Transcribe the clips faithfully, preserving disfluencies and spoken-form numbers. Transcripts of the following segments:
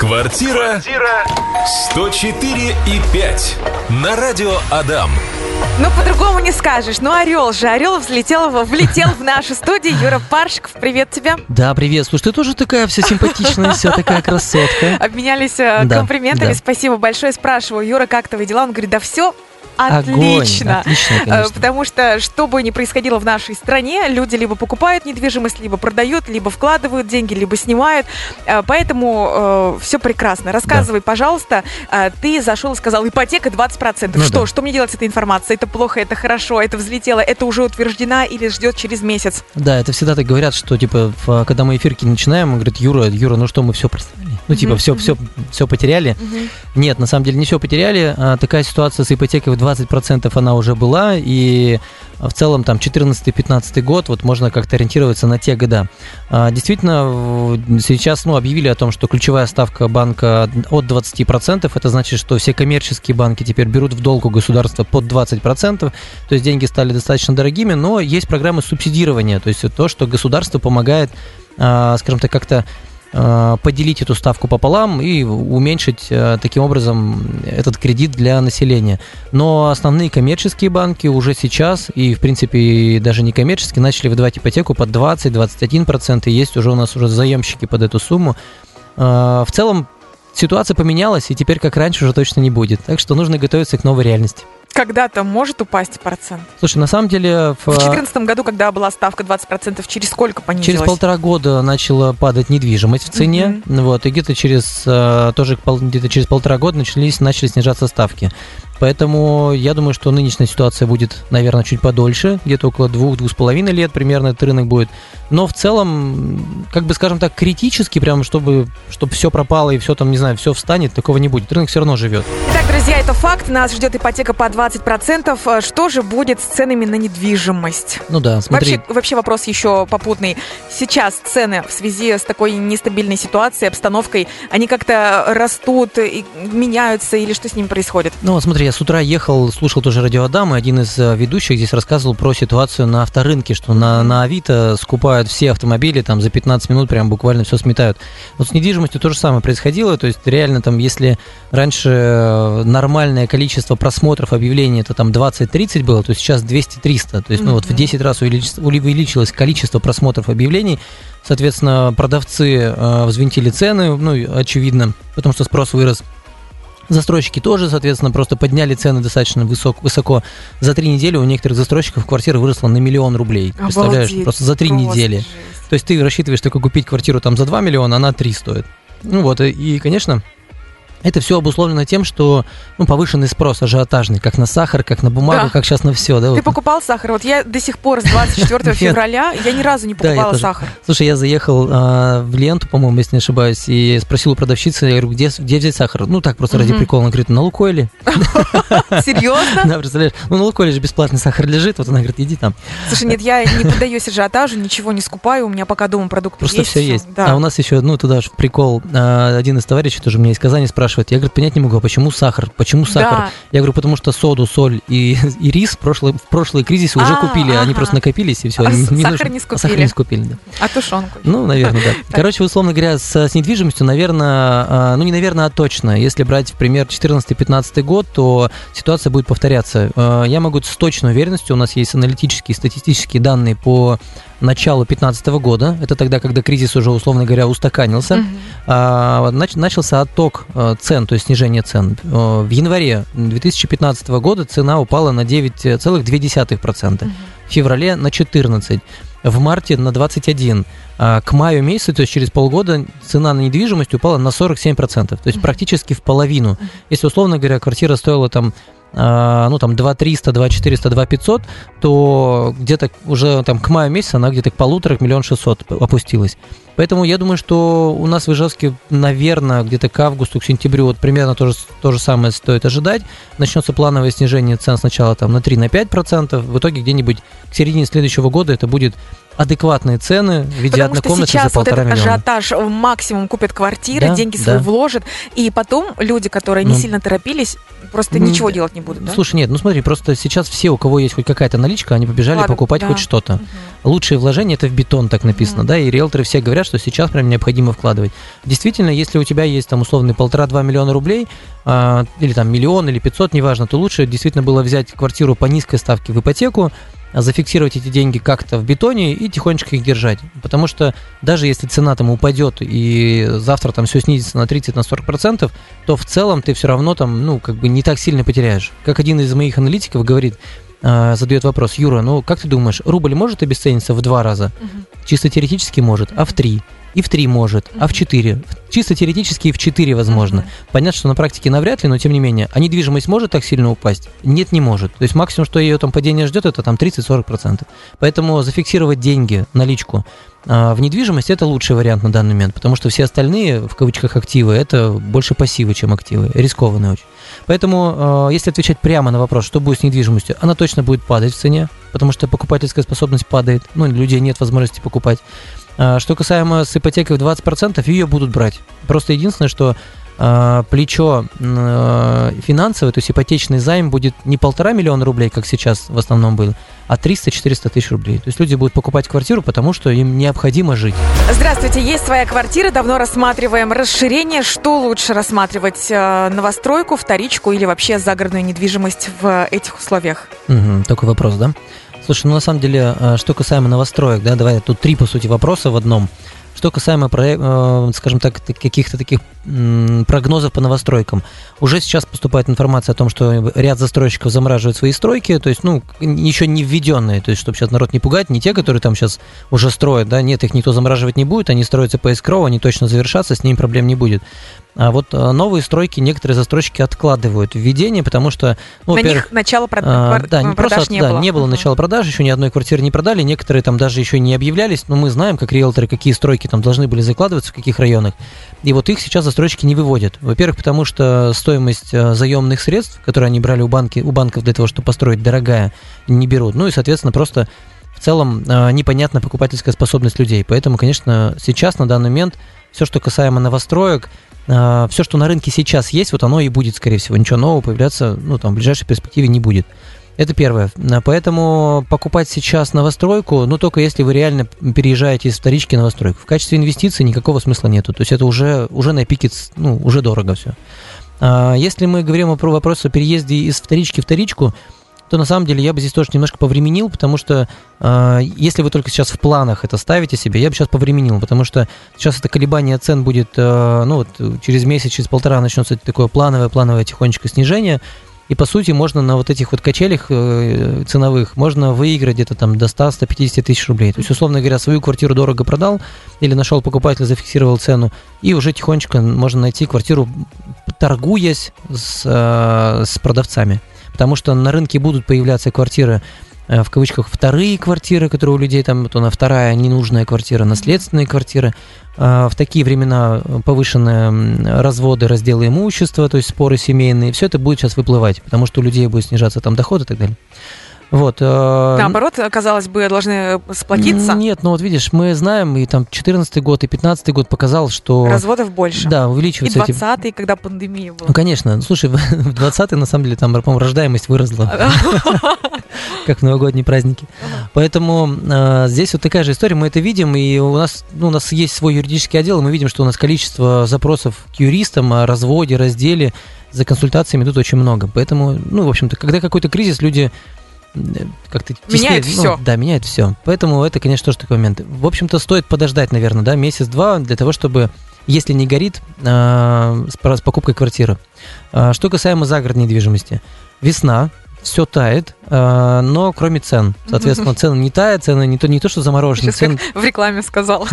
Квартира сто четыре и пять на радио Адам. Ну, по-другому не скажешь. Ну, орел же. Орел взлетел, влетел в нашу студию. Юра Паршиков, привет тебе. Да, привет. Слушай, ты тоже такая вся симпатичная, вся такая красотка. Обменялись да, комплиментами. Да. Спасибо большое. Спрашиваю, Юра, как твои дела? Он говорит, да все отлично. Огонь. Отлично, конечно. Потому что, что бы ни происходило в нашей стране, люди либо покупают недвижимость, либо продают, либо вкладывают деньги, либо снимают. Поэтому э, все прекрасно. Рассказывай, да. пожалуйста. Ты зашел и сказал, ипотека двадцать процентов. Ну, что? Да. Что мне делать с этой информацией? Это плохо, это хорошо, это взлетело, это уже утверждена или ждет через месяц? Да, это всегда так говорят, что, типа, когда мы эфирки начинаем, он говорит, Юра, Юра, ну что, мы все проставили? Ну, типа, mm-hmm. все, все, все потеряли. Mm-hmm. Нет, на самом деле не все потеряли. А, такая ситуация с ипотекой в двадцать процентов она уже была, и в целом там четырнадцатый-пятнадцатый год вот можно как-то ориентироваться на те года. А, действительно, сейчас ну, объявили о том, что ключевая ставка банка от двадцать процентов, это значит, что все коммерческие банки теперь берут в долг у государства под двадцать процентов, то есть деньги стали достаточно дорогими, но есть программы субсидирования, то есть то, что государство помогает, а, скажем так, как-то поделить эту ставку пополам и уменьшить таким образом этот кредит для населения. Но основные коммерческие банки уже сейчас, и в принципе даже не коммерческие, начали выдавать ипотеку под двадцать-двадцать один процент, и есть уже у нас уже заемщики под эту сумму. В целом ситуация поменялась, и теперь как раньше уже точно не будет. Так что нужно готовиться к новой реальности. Когда-то может упасть процент? Слушай, на самом деле... В две тысячи четырнадцатом году, когда была ставка двадцать процентов, через сколько понизилась? Через полтора года начала падать недвижимость в цене, uh-huh. вот, и где-то через, тоже где-то через полтора года начались, начали снижаться ставки. Поэтому я думаю, что нынешняя ситуация будет, наверное, чуть подольше, где-то около двух-двух с половиной лет примерно этот рынок будет. Но в целом, как бы, скажем так, критически, прям, чтобы, чтобы все пропало и все там, не знаю, все встанет, такого не будет. Рынок все равно живет. Итак, друзья, это факт. Нас ждет ипотека по двадцать процентов. Что же будет с ценами на недвижимость? Ну да, смотри. Вообще, вообще вопрос еще попутный. Сейчас цены в связи с такой нестабильной ситуацией, обстановкой, они как-то растут, и меняются или что с ними происходит? Ну, смотри, я с утра ехал, слушал тоже радио Адам, и один из ведущих здесь рассказывал про ситуацию на авторынке, что на, на Авито скупают все автомобили, там за пятнадцать минут прям буквально все сметают. Вот с недвижимостью то же самое происходило, то есть реально там, если раньше нормальное количество просмотров объявлений это там двадцать-тридцать было, то сейчас двести-триста, то есть mm-hmm. ну вот в десять раз увеличилось количество просмотров объявлений, соответственно, продавцы э, взвинтили цены, ну, очевидно, потому что спрос вырос. Застройщики тоже, соответственно, просто подняли цены достаточно высок, высоко. За три недели у некоторых застройщиков квартира выросла на миллион рублей. Обалдеть, представляешь? Просто за три недели. Жесть. То есть ты рассчитываешь только купить квартиру там за два миллиона, она три стоит. Ну вот, и, и конечно... Это все обусловлено тем, что ну, повышенный спрос ажиотажный, как на сахар, как на бумагу, да. как сейчас на все. Да, Ты вот. покупал сахар? Вот я до сих пор с двадцать четвёртого февраля, я ни разу не покупала да, сахар. Слушай, я заехал а, в ленту, по-моему, если не ошибаюсь, и спросил у продавщицы, я говорю, где, где взять сахар? Ну, так просто ради прикола. Она говорит, на Лукойле. Серьезно? Да, представляешь, ну на Лукойле же бесплатный сахар лежит, вот она говорит, иди там. Слушай, нет, я не поддаюсь ажиотажу, ничего не скупаю, у меня пока дома продукты есть. Просто все есть. А у нас еще, ну, туда же прикол, один из товарищей, тоже мне из Казани спрашивает, я, говорит, понять не могу, а почему сахар? Почему сахар? Да. Я говорю, потому что соду, соль и, и рис в прошлые, в прошлые кризисы уже А-а-а. купили, они просто накопились, и все. А не, сахар не нужно. не скупили? А сахар не скупили, да. А тушенку? Ну, наверное, да. Короче, условно говоря, с, с недвижимостью, наверное, ну не наверное, а точно. Если брать, в пример, четырнадцатый-пятнадцатый год, то ситуация будет повторяться. Я могу с точной уверенностью, у нас есть аналитические, статистические данные по началу пятнадцатого года, это тогда, когда кризис уже, условно говоря, устаканился, uh-huh. а, нач, начался отток а, цен, то есть снижение цен. А, в январе две тысячи пятнадцатого года цена упала на девять целых две десятых процента, uh-huh. в феврале на четырнадцать процентов, в марте на двадцать один процент. А к маю месяцу, то есть через полгода, цена на недвижимость упала на сорок семь процентов, то есть uh-huh. практически в половину. Uh-huh. Если, условно говоря, квартира стоила там ну, там, два триста, два четыреста, два пятьсот, то где-то уже там к маю месяца она где-то к полутора, к миллион шестьсот опустилась. Поэтому я думаю, что у нас в Ижевске, наверное, где-то к августу, к сентябрю вот примерно то же, то же самое стоит ожидать. Начнется плановое снижение цен сначала там на три-пять процентов, в итоге где-нибудь к середине следующего года это будет адекватные цены в виде Потому однокомнатной что сейчас за полтора вот этот миллиона. ажиотаж, максимум купят квартиры, Да, деньги свои да. вложат, и потом люди, которые не Ну, сильно торопились, просто ну, ничего делать не будут, да? Слушай, нет, ну смотри, просто сейчас все, у кого есть хоть какая-то наличка, они побежали Ладно, покупать да. хоть что-то. Мгм. Лучшие вложения – это в бетон, так написано, Мгм. да, и риэлторы все говорят, что сейчас прям необходимо вкладывать. Действительно, если у тебя есть там условные полтора-два миллиона рублей, а, или там миллион, или пятьсот, неважно, то лучше действительно было взять квартиру по низкой ставке в ипотеку, а зафиксировать эти деньги как-то в бетоне и тихонечко их держать. Потому что даже если цена там упадет и завтра там все снизится на тридцать-сорок процентов, то в целом ты все равно там, ну, как бы не так сильно потеряешь. Как один из моих аналитиков говорит, а, задает вопрос: Юра, ну как ты думаешь, рубль может обесцениться в два раза? Мгм. Чисто теоретически может, а в три? И в три может, а в четыре. Чисто теоретически и в четыре возможно. Мгм. Понятно, что на практике навряд ли, но тем не менее. А недвижимость может так сильно упасть? Нет, не может. То есть максимум, что ее там падение ждет, это там тридцать-сорок процентов. Поэтому зафиксировать деньги, наличку а, в недвижимость – это лучший вариант на данный момент, потому что все остальные, в кавычках, активы – это больше пассивы, чем активы, рискованные очень. Поэтому, а, если отвечать прямо на вопрос, что будет с недвижимостью, она точно будет падать в цене, потому что покупательская способность падает, ну, людей нет возможности покупать. А, Что касаемо с ипотекой в двадцать процентов, ее будут брать. Просто единственное, что а, плечо а, финансовое, то есть ипотечный займ будет не полтора миллиона рублей, как сейчас в основном был, а триста-четыреста тысяч рублей. То есть люди будут покупать квартиру, потому что им необходимо жить. Здравствуйте, есть своя квартира, давно рассматриваем расширение. Что лучше рассматривать, э, новостройку, вторичку или вообще загородную недвижимость в этих условиях? Угу, такой вопрос, да? Слушай, ну на самом деле, а, что касаемо новостроек, да, давай, тут три, по сути, вопроса в одном. Что касаемо, э, скажем так, каких-то таких м, прогнозов по новостройкам, уже сейчас поступает информация о том, что ряд застройщиков замораживают свои стройки, то есть, ну, еще не введенные, то есть, чтобы сейчас народ не пугать, не те, которые там сейчас уже строят, да, нет, их никто замораживать не будет, они строятся по эскроу, они точно завершатся, с ними проблем не будет. А вот а, новые стройки некоторые застройщики откладывают введение, потому что, ну, На во-первых, них начало прод... а, квар- да, не продаж просто, не да, было. не было Мгм. начала продаж, еще ни одной квартиры не продали, некоторые там даже еще не объявлялись, но мы знаем, как риэлторы, какие стройки там должны были закладываться, в каких районах, и вот их сейчас застройщики не выводят. Во-первых, потому что стоимость а, заемных средств, которые они брали у, банки, у банков для того, чтобы построить, дорогая, не берут, ну и, соответственно, просто в целом а, непонятна покупательская способность людей, поэтому, конечно, сейчас, на данный момент, все, что касаемо новостроек, Uh, все, что на рынке сейчас есть, вот оно и будет, скорее всего. Ничего нового появляться, ну, там, в ближайшей перспективе не будет. Это первое. Поэтому покупать сейчас новостройку, ну, только если вы реально переезжаете из вторички в новостройку. В качестве инвестиций никакого смысла нету. То есть это уже, уже на пике, ну, уже дорого все. Uh, если мы говорим про вопрос о переезде из вторички в вторичку, то на самом деле я бы здесь тоже немножко повременил, потому что э, если вы только сейчас в планах это ставите себе, я бы сейчас повременил, потому что сейчас это колебание цен будет, э, ну вот через месяц, через полтора начнется такое плановое, плановое тихонечко снижение, и по сути можно на вот этих вот качелях э, ценовых, можно выиграть где-то там до ста-ста пятидесяти тысяч рублей. То есть, условно говоря, свою квартиру дорого продал или нашел покупателя, зафиксировал цену, и уже тихонечко можно найти квартиру, торгуясь с, э, с продавцами. Потому что на рынке будут появляться квартиры, в кавычках, вторые квартиры, которые у людей там, то на вторая ненужная квартира, наследственные квартиры. В такие времена повышенные разводы, разделы имущества, то есть споры семейные, все это будет сейчас выплывать, потому что у людей будет снижаться там доход и так далее. Вот. Наоборот, казалось бы, должны сплотиться. Нет, ну вот видишь, мы знаем, и там четырнадцатый год, и пятнадцатый год показал, что... Разводов больше. Да, увеличивается. И двадцатый, эти... когда пандемия была. Ну, конечно. Слушай, в двадцатый, на самом деле, там, по-моему, рождаемость выросла. Как в новогодние праздники. Поэтому здесь вот такая же история, мы это видим, и у нас, ну, у нас есть свой юридический отдел, и мы видим, что у нас количество запросов к юристам о разводе, разделе, за консультациями идут очень много. Поэтому, ну, в общем-то, когда какой-то кризис, люди... как-то меняет теснее, все. Ну, да, меняет все. Поэтому это, конечно, тоже такой момент. В общем-то, стоит подождать, наверное, да, месяц-два для того, чтобы, если не горит, э, с, с покупкой квартиры. Э, что касаемо загородной недвижимости. Весна, все тает, э, но кроме цен. Соответственно, цены не тают, цены не то, не то что замороженные. Сейчас цены... как в рекламе сказал.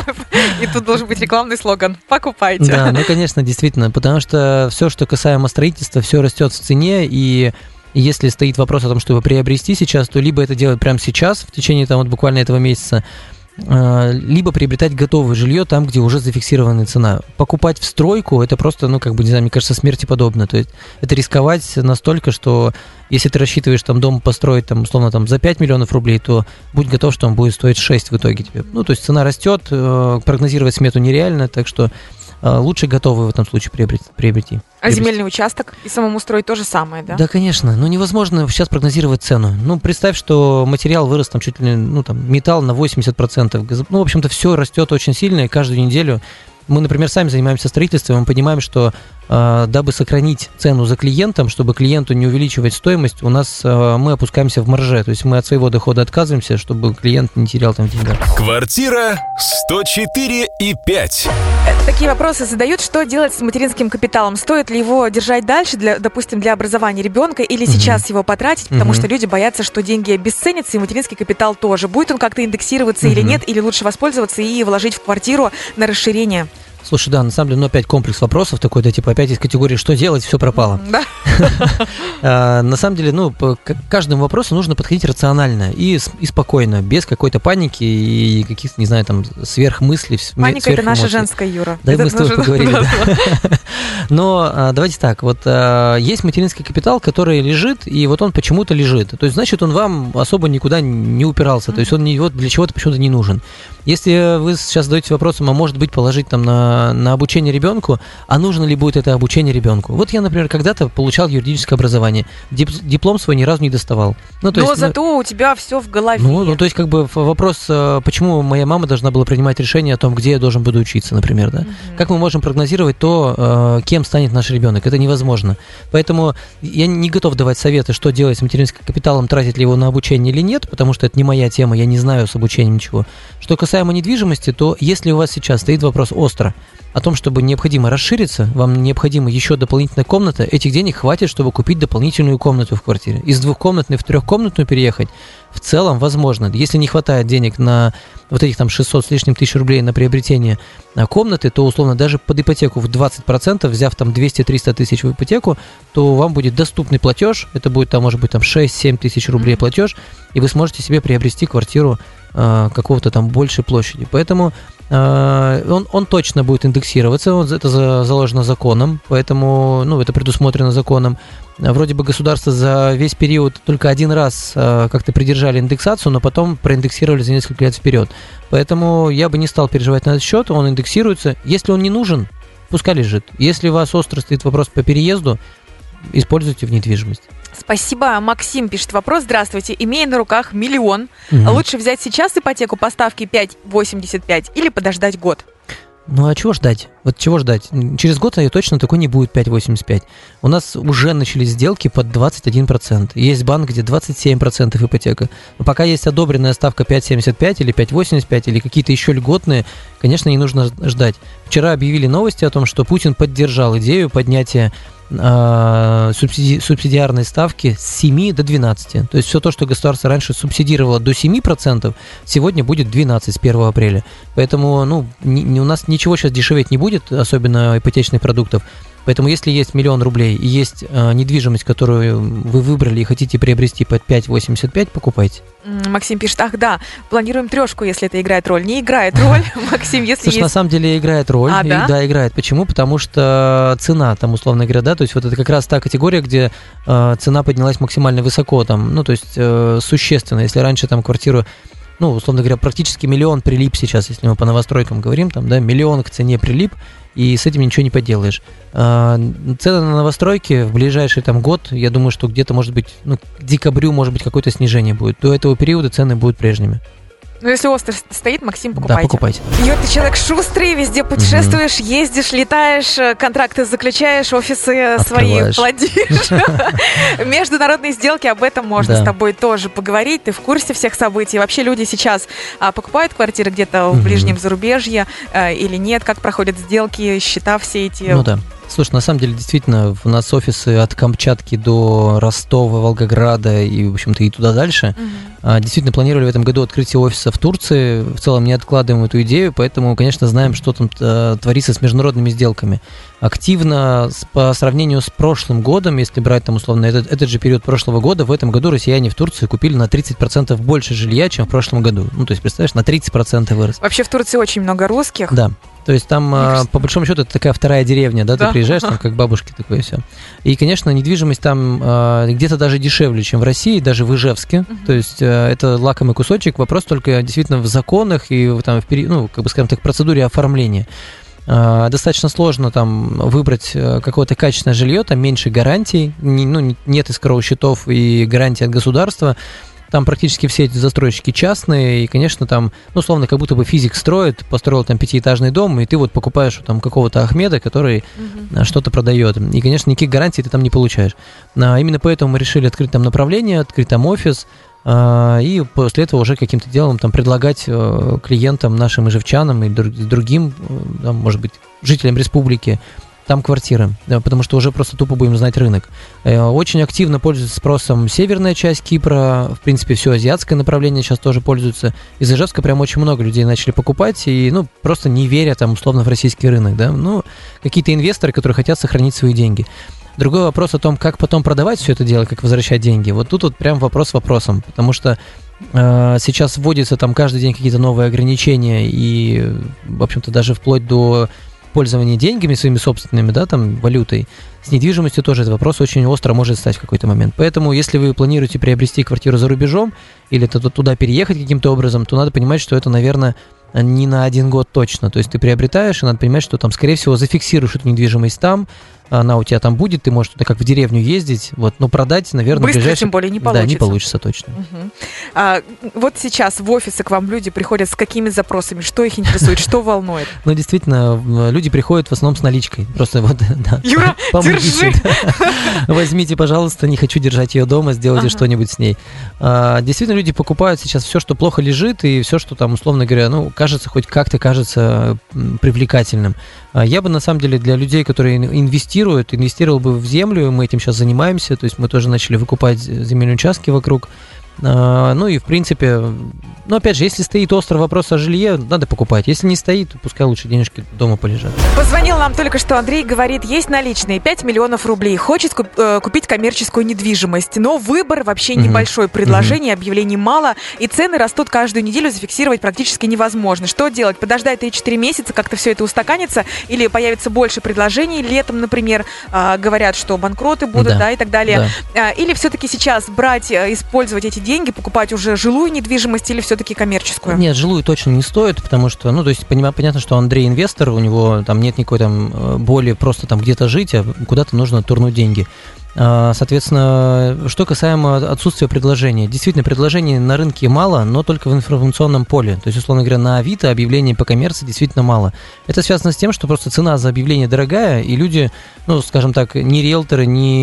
И тут должен быть рекламный слоган «Покупайте». Да, ну, конечно, действительно, потому что все, что касаемо строительства, все растет в цене, и если стоит вопрос о том, чтобы приобрести сейчас, то либо это делать прямо сейчас, в течение там, вот, буквально этого месяца, либо приобретать готовое жилье там, где уже зафиксированная цена. Покупать в стройку, это просто, ну, как бы, не знаю, мне кажется, смерти подобно. То есть это рисковать настолько, что если ты рассчитываешь там дом построить, там, условно, там, за пять миллионов рублей, то будь готов, что он будет стоить шесть в итоге тебе. Ну, то есть цена растет, прогнозировать смету нереально, так что лучше готовый в этом случае приобрети. приобрети. А земельный участок и самому строить то же самое, да? Да, конечно. Но невозможно сейчас прогнозировать цену. Ну, представь, что материал вырос там чуть ли, ну, там, металл на восемьдесят процентов. Ну, в общем-то, все растет очень сильно, и каждую неделю. Мы, например, сами занимаемся строительством, и мы понимаем, что э, дабы сохранить цену за клиентом, чтобы клиенту не увеличивать стоимость, у нас э, мы опускаемся в марже. То есть мы от своего дохода отказываемся, чтобы клиент не терял там деньги. Квартира сто четыре и пять. Такие вопросы задают, что делать с материнским капиталом? Стоит ли его держать дальше, для, допустим, для образования ребенка, или uh-huh. сейчас его потратить, потому uh-huh. что люди боятся, что деньги обесценятся, и материнский капитал тоже. Будет он как-то индексироваться uh-huh. или нет, или лучше воспользоваться и вложить в квартиру на расширение? Слушай, да, на самом деле, ну, опять комплекс вопросов такой, да, типа, опять из категории «что делать?», все пропало. Да. На самом деле, ну, к каждому вопросу нужно подходить рационально и спокойно, без какой-то паники и каких-то, не знаю, там, сверхмыслей. Паника – это наша женская, Юра. Да, мы с тобой поговорили. Но давайте так, вот есть материнский капитал, который лежит, и вот он почему-то лежит. То есть, значит, он вам особо никуда не упирался, то есть он для чего-то почему-то не нужен. Если вы сейчас задаете вопросом, а может быть положить там на, на обучение ребенку, а нужно ли будет это обучение ребенку? Вот я, например, когда-то получал юридическое образование, дип, диплом свой ни разу не доставал. Ну, то Но есть, зато ну, у тебя все в голове. Ну, ну, то есть, как бы вопрос, почему моя мама должна была принимать решение о том, где я должен буду учиться, например, да? Uh-huh. Как мы можем прогнозировать то, кем станет наш ребенок? Это невозможно. Поэтому я не готов давать советы, что делать с материнским капиталом, тратить ли его на обучение или нет, потому что это не моя тема, я не знаю с обучением ничего. Что касаемо недвижимости, то если у вас сейчас стоит вопрос остро о том, чтобы необходимо расшириться, вам необходима еще дополнительная комната, этих денег хватит, чтобы купить дополнительную комнату в квартире. Из двухкомнатной в трехкомнатную переехать в целом возможно. Если не хватает денег на вот этих там шестьсот с лишним тысяч рублей на приобретение комнаты, то условно даже под ипотеку в двадцать процентов, взяв там двести-триста тысяч в ипотеку, то вам будет доступный платеж, это будет там, может быть, там шесть-семь тысяч рублей платеж, и вы сможете себе приобрести квартиру э, какого-то там большей площади. Поэтому э, он, он точно будет индексироваться, он, это за, заложено законом, поэтому, ну, это предусмотрено законом. Вроде бы государство за весь период только один раз э, как-то придержали индексацию, но потом проиндексировали за несколько лет вперед. Поэтому я бы не стал переживать на этот счет, он индексируется. Если он не нужен, пускай лежит. Если у вас остро стоит вопрос по переезду, используйте в недвижимость. Спасибо. Максим пишет вопрос. Здравствуйте. Имея на руках миллион, Угу. лучше взять сейчас ипотеку по ставке пять восемьдесят пять или подождать год? Ну а чего ждать? Вот чего ждать? Через год ее точно такой не будет пять восемьдесят пять. У нас уже начались сделки под двадцать один процент. Есть банк, где двадцать семь процентов ипотека. Но пока есть одобренная ставка пять семьдесят пять или пять восемьдесят пять или какие-то еще льготные, конечно, не нужно ждать. Вчера объявили новости о том, что Путин поддержал идею поднятия э, субсиди- субсидиарной ставки с семи до двенадцати. То есть все то, что государство раньше субсидировало до семи процентов, сегодня будет двенадцать с первого апреля. Поэтому ну, не, не, у нас ничего сейчас дешеветь не будет, особенно ипотечных продуктов. Поэтому если есть миллион рублей и есть э, недвижимость, которую вы выбрали и хотите приобрести под пять восемьдесят пять, покупайте. Максим пишет, ах да, планируем трешку, если это играет роль. Не играет роль, Максим, если Слушай, есть... на самом деле играет роль. А, да? И, да, играет. Почему? Потому что цена, там, условно говоря, да, то есть вот это как раз та категория, где э, цена поднялась максимально высоко, там, ну, то есть э, существенно. Если раньше там квартиру, ну, условно говоря, практически миллион прилип сейчас, если мы по новостройкам говорим, там, да, миллион к цене прилип, и с этим ничего не поделаешь. А, цены на новостройки в ближайший там год, я думаю, что где-то, может быть, ну, к декабрю, может быть, какое-то снижение будет. До этого периода цены будут прежними. Ну, если остро стоит, Максим, покупайте. Да, покупайте. Юр, ты человек шустрый, везде путешествуешь, mm-hmm. ездишь, летаешь, контракты заключаешь, офисы Открываешь. свои плодишь. Международные сделки, об этом можно Да. с тобой тоже поговорить. Ты в курсе всех событий. Вообще люди сейчас а, покупают квартиры где-то в Мгм. ближнем зарубежье а, или нет? Как проходят сделки, счета все эти? Ну да. Слушай, на самом деле, действительно, у нас офисы от Камчатки до Ростова, Волгограда и, в общем-то, и туда дальше. Мгм. Действительно, планировали в этом году открытие офиса в Турции. В целом не откладываем эту идею, поэтому, конечно, знаем, что там творится с международными сделками. Активно по сравнению с прошлым годом, если брать там условно этот, этот же период прошлого года, в этом году россияне в Турции купили на тридцать процентов больше жилья, чем в прошлом году. Ну, то есть, представляешь, на тридцать процентов вырос. Вообще в Турции очень много русских. Да. То есть там, а, по большому счету, это такая вторая деревня, да, да. Ты приезжаешь, там как бабушки такое все. И, конечно, недвижимость там а, где-то даже дешевле, чем в России, даже в Ижевске. Uh-huh. То есть а, это лакомый кусочек, вопрос только действительно в законах и там, в, ну, как бы, скажем так, процедуре оформления. А, достаточно сложно там выбрать какое-то качественное жилье, там меньше гарантий, не, ну, нет искровых счетов и гарантий от государства. Там практически все эти застройщики частные, и, конечно, там, ну, условно, как будто бы физик строит, построил там пятиэтажный дом, и ты вот покупаешь там какого-то Ахмеда, который uh-huh. что-то продает. И, конечно, никаких гарантий ты там не получаешь. А именно поэтому мы решили открыть там направление, открыть там офис, а, и после этого уже каким-то делом там предлагать а, клиентам, нашим ижевчанам и друг, другим, там, может быть, жителям республики, там квартиры, потому что уже просто тупо будем знать рынок. Очень активно пользуется спросом северная часть Кипра, в принципе, все азиатское направление сейчас тоже пользуется. Из Ижевска прям очень много людей начали покупать, и, ну, просто не веря там условно в российский рынок, да, ну, какие-то инвесторы, которые хотят сохранить свои деньги. Другой вопрос о том, как потом продавать все это дело, как возвращать деньги. Вот тут вот прям вопрос вопросом, потому что э, сейчас вводятся там каждый день какие-то новые ограничения, и, в общем-то, даже вплоть до пользование деньгами своими собственными, да, там, валютой. С недвижимостью тоже этот вопрос очень остро может стать в какой-то момент. Поэтому, если вы планируете приобрести квартиру за рубежом или туда переехать каким-то образом, то надо понимать, что это, наверное, не на один год точно. То есть ты приобретаешь, и надо понимать, что там, скорее всего, зафиксируешь эту недвижимость там, она у тебя там будет, ты можешь туда как в деревню ездить, вот, но продать, наверное, быстро, ближайший... тем более, не получится. Да, не получится точно. Угу. А, вот сейчас в офисы к вам люди приходят с какими запросами? Что их интересует, что волнует? Ну, действительно, люди приходят в основном с наличкой. Просто вот, да. Юра, держи! Возьмите, пожалуйста, не хочу держать ее дома, сделайте ага. что-нибудь с ней. А, действительно, люди покупают сейчас все, что плохо лежит, и все, что там, условно говоря, ну, кажется, хоть как-то кажется привлекательным. А, я бы, на самом деле, для людей, которые инвестируют, инвестировал бы в землю, мы этим сейчас занимаемся, то есть мы тоже начали выкупать земельные участки вокруг. Ну и, в принципе, ну, опять же, если стоит острый вопрос о жилье, надо покупать. Если не стоит, пускай лучше денежки дома полежат. Позвонил нам только что Андрей, говорит, есть наличные пять миллионов рублей, хочет купить коммерческую недвижимость, но выбор вообще uh-huh. небольшой, предложений, uh-huh. объявлений мало, и цены растут каждую неделю, зафиксировать практически невозможно. Что делать? Подождать три-четыре месяца, как-то все это устаканится, или появится больше предложений летом, например, говорят, что банкроты будут, да, да и так далее. Да. Или все-таки сейчас брать, использовать эти деньги, покупать уже жилую недвижимость или все-таки коммерческую? Нет, жилую точно не стоит, потому что, ну, то есть, понятно, что Андрей инвестор, у него там нет никакой там боли просто там где-то жить, а куда-то нужно турнуть деньги. Соответственно, что касаемо отсутствия предложения. Действительно, предложений на рынке мало, но только в информационном поле. То есть, условно говоря, на Авито объявлений по коммерции действительно мало. Это связано с тем, что просто цена за объявление дорогая, и люди, ну, скажем так, ни риэлторы,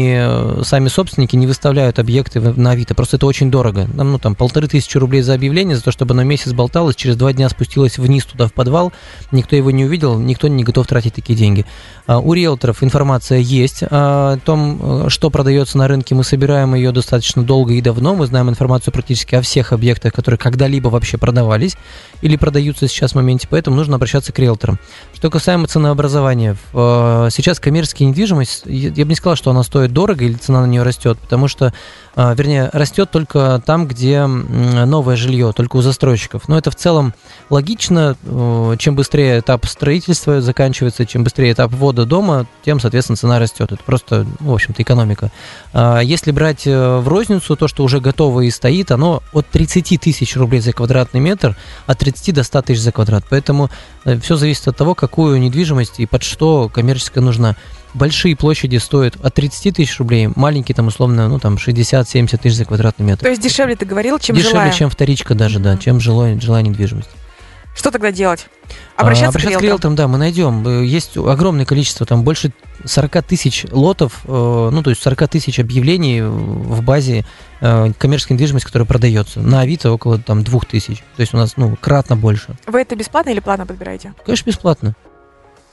ни сами собственники не выставляют объекты на Авито. Просто это очень дорого. Нам, ну, там, полторы тысячи рублей за объявление, за то, чтобы оно месяц болталось, через два дня спустилось вниз туда в подвал, никто его не увидел, никто не готов тратить такие деньги. У риэлторов информация есть о том, что продается на рынке, мы собираем ее достаточно долго и давно, мы знаем информацию практически о всех объектах, которые когда-либо вообще продавались или продаются сейчас в моменте, поэтому нужно обращаться к риэлторам. Что касаемо ценообразования, сейчас коммерческая недвижимость, я бы не сказал, что она стоит дорого или цена на нее растет, потому что, вернее, растет только там, где новое жилье, только у застройщиков. Но это в целом логично, чем быстрее этап строительства заканчивается, чем быстрее этап ввода дома, тем, соответственно, цена растет. Это просто, в общем-то, экономика. Если брать в розницу то, что уже готово и стоит, оно от тридцать тысяч рублей за квадратный метр, от тридцати до ста тысяч за квадрат. Поэтому все зависит от того, какую недвижимость и под что коммерческая нужна. Большие площади стоят от тридцати тысяч рублей, маленькие там условно, ну там шестьдесят-семьдесят тысяч за квадратный метр. То есть дешевле, ты говорил, чем дешевле, жилая? Дешевле, чем вторичка даже, mm-hmm. да, чем жилой, жилая недвижимость. Что тогда делать? Обращаться, а, обращаться к риэлторам? Да, мы найдем. Есть огромное количество, там больше сорок тысяч лотов, ну, то есть сорок тысяч объявлений в базе коммерческой недвижимости, которая продается. На Авито около там двух тысяч. То есть у нас, ну, кратно больше. Вы это бесплатно или платно подбираете? Конечно, бесплатно.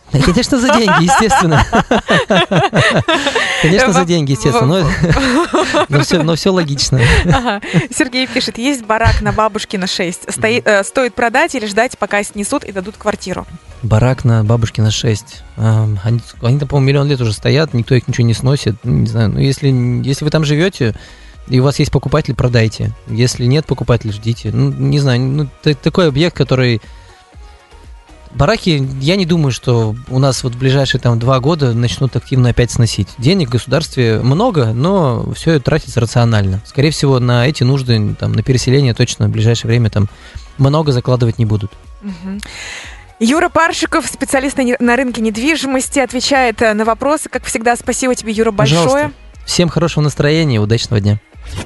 Конечно, за деньги, естественно. Конечно, за деньги, естественно. Но все логично. Сергей пишет, есть барак на Бабушкина шесть. Стоит продать или ждать, пока снесут и дадут квартиру? Барак на Бабушкина шесть. Они, они там, по-моему, миллион лет уже стоят, никто их ничего не сносит. Не знаю, ну, если, если вы там живете, и у вас есть покупатель, продайте. Если нет покупателя, ждите. Ну, не знаю, ну, такой объект, который... Бараки, я не думаю, что у нас вот в ближайшие там два года начнут активно опять сносить. Денег в государстве много, но все это тратится рационально. Скорее всего, на эти нужды, там, на переселение точно в ближайшее время там много закладывать не будут. Угу. Юра Паршиков, специалист на рынке недвижимости, отвечает на вопросы. Как всегда, спасибо тебе, Юра, большое. Пожалуйста. Всем хорошего настроения и удачного дня.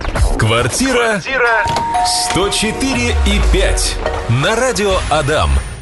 Квартира сто четыре и пять на радио Адам.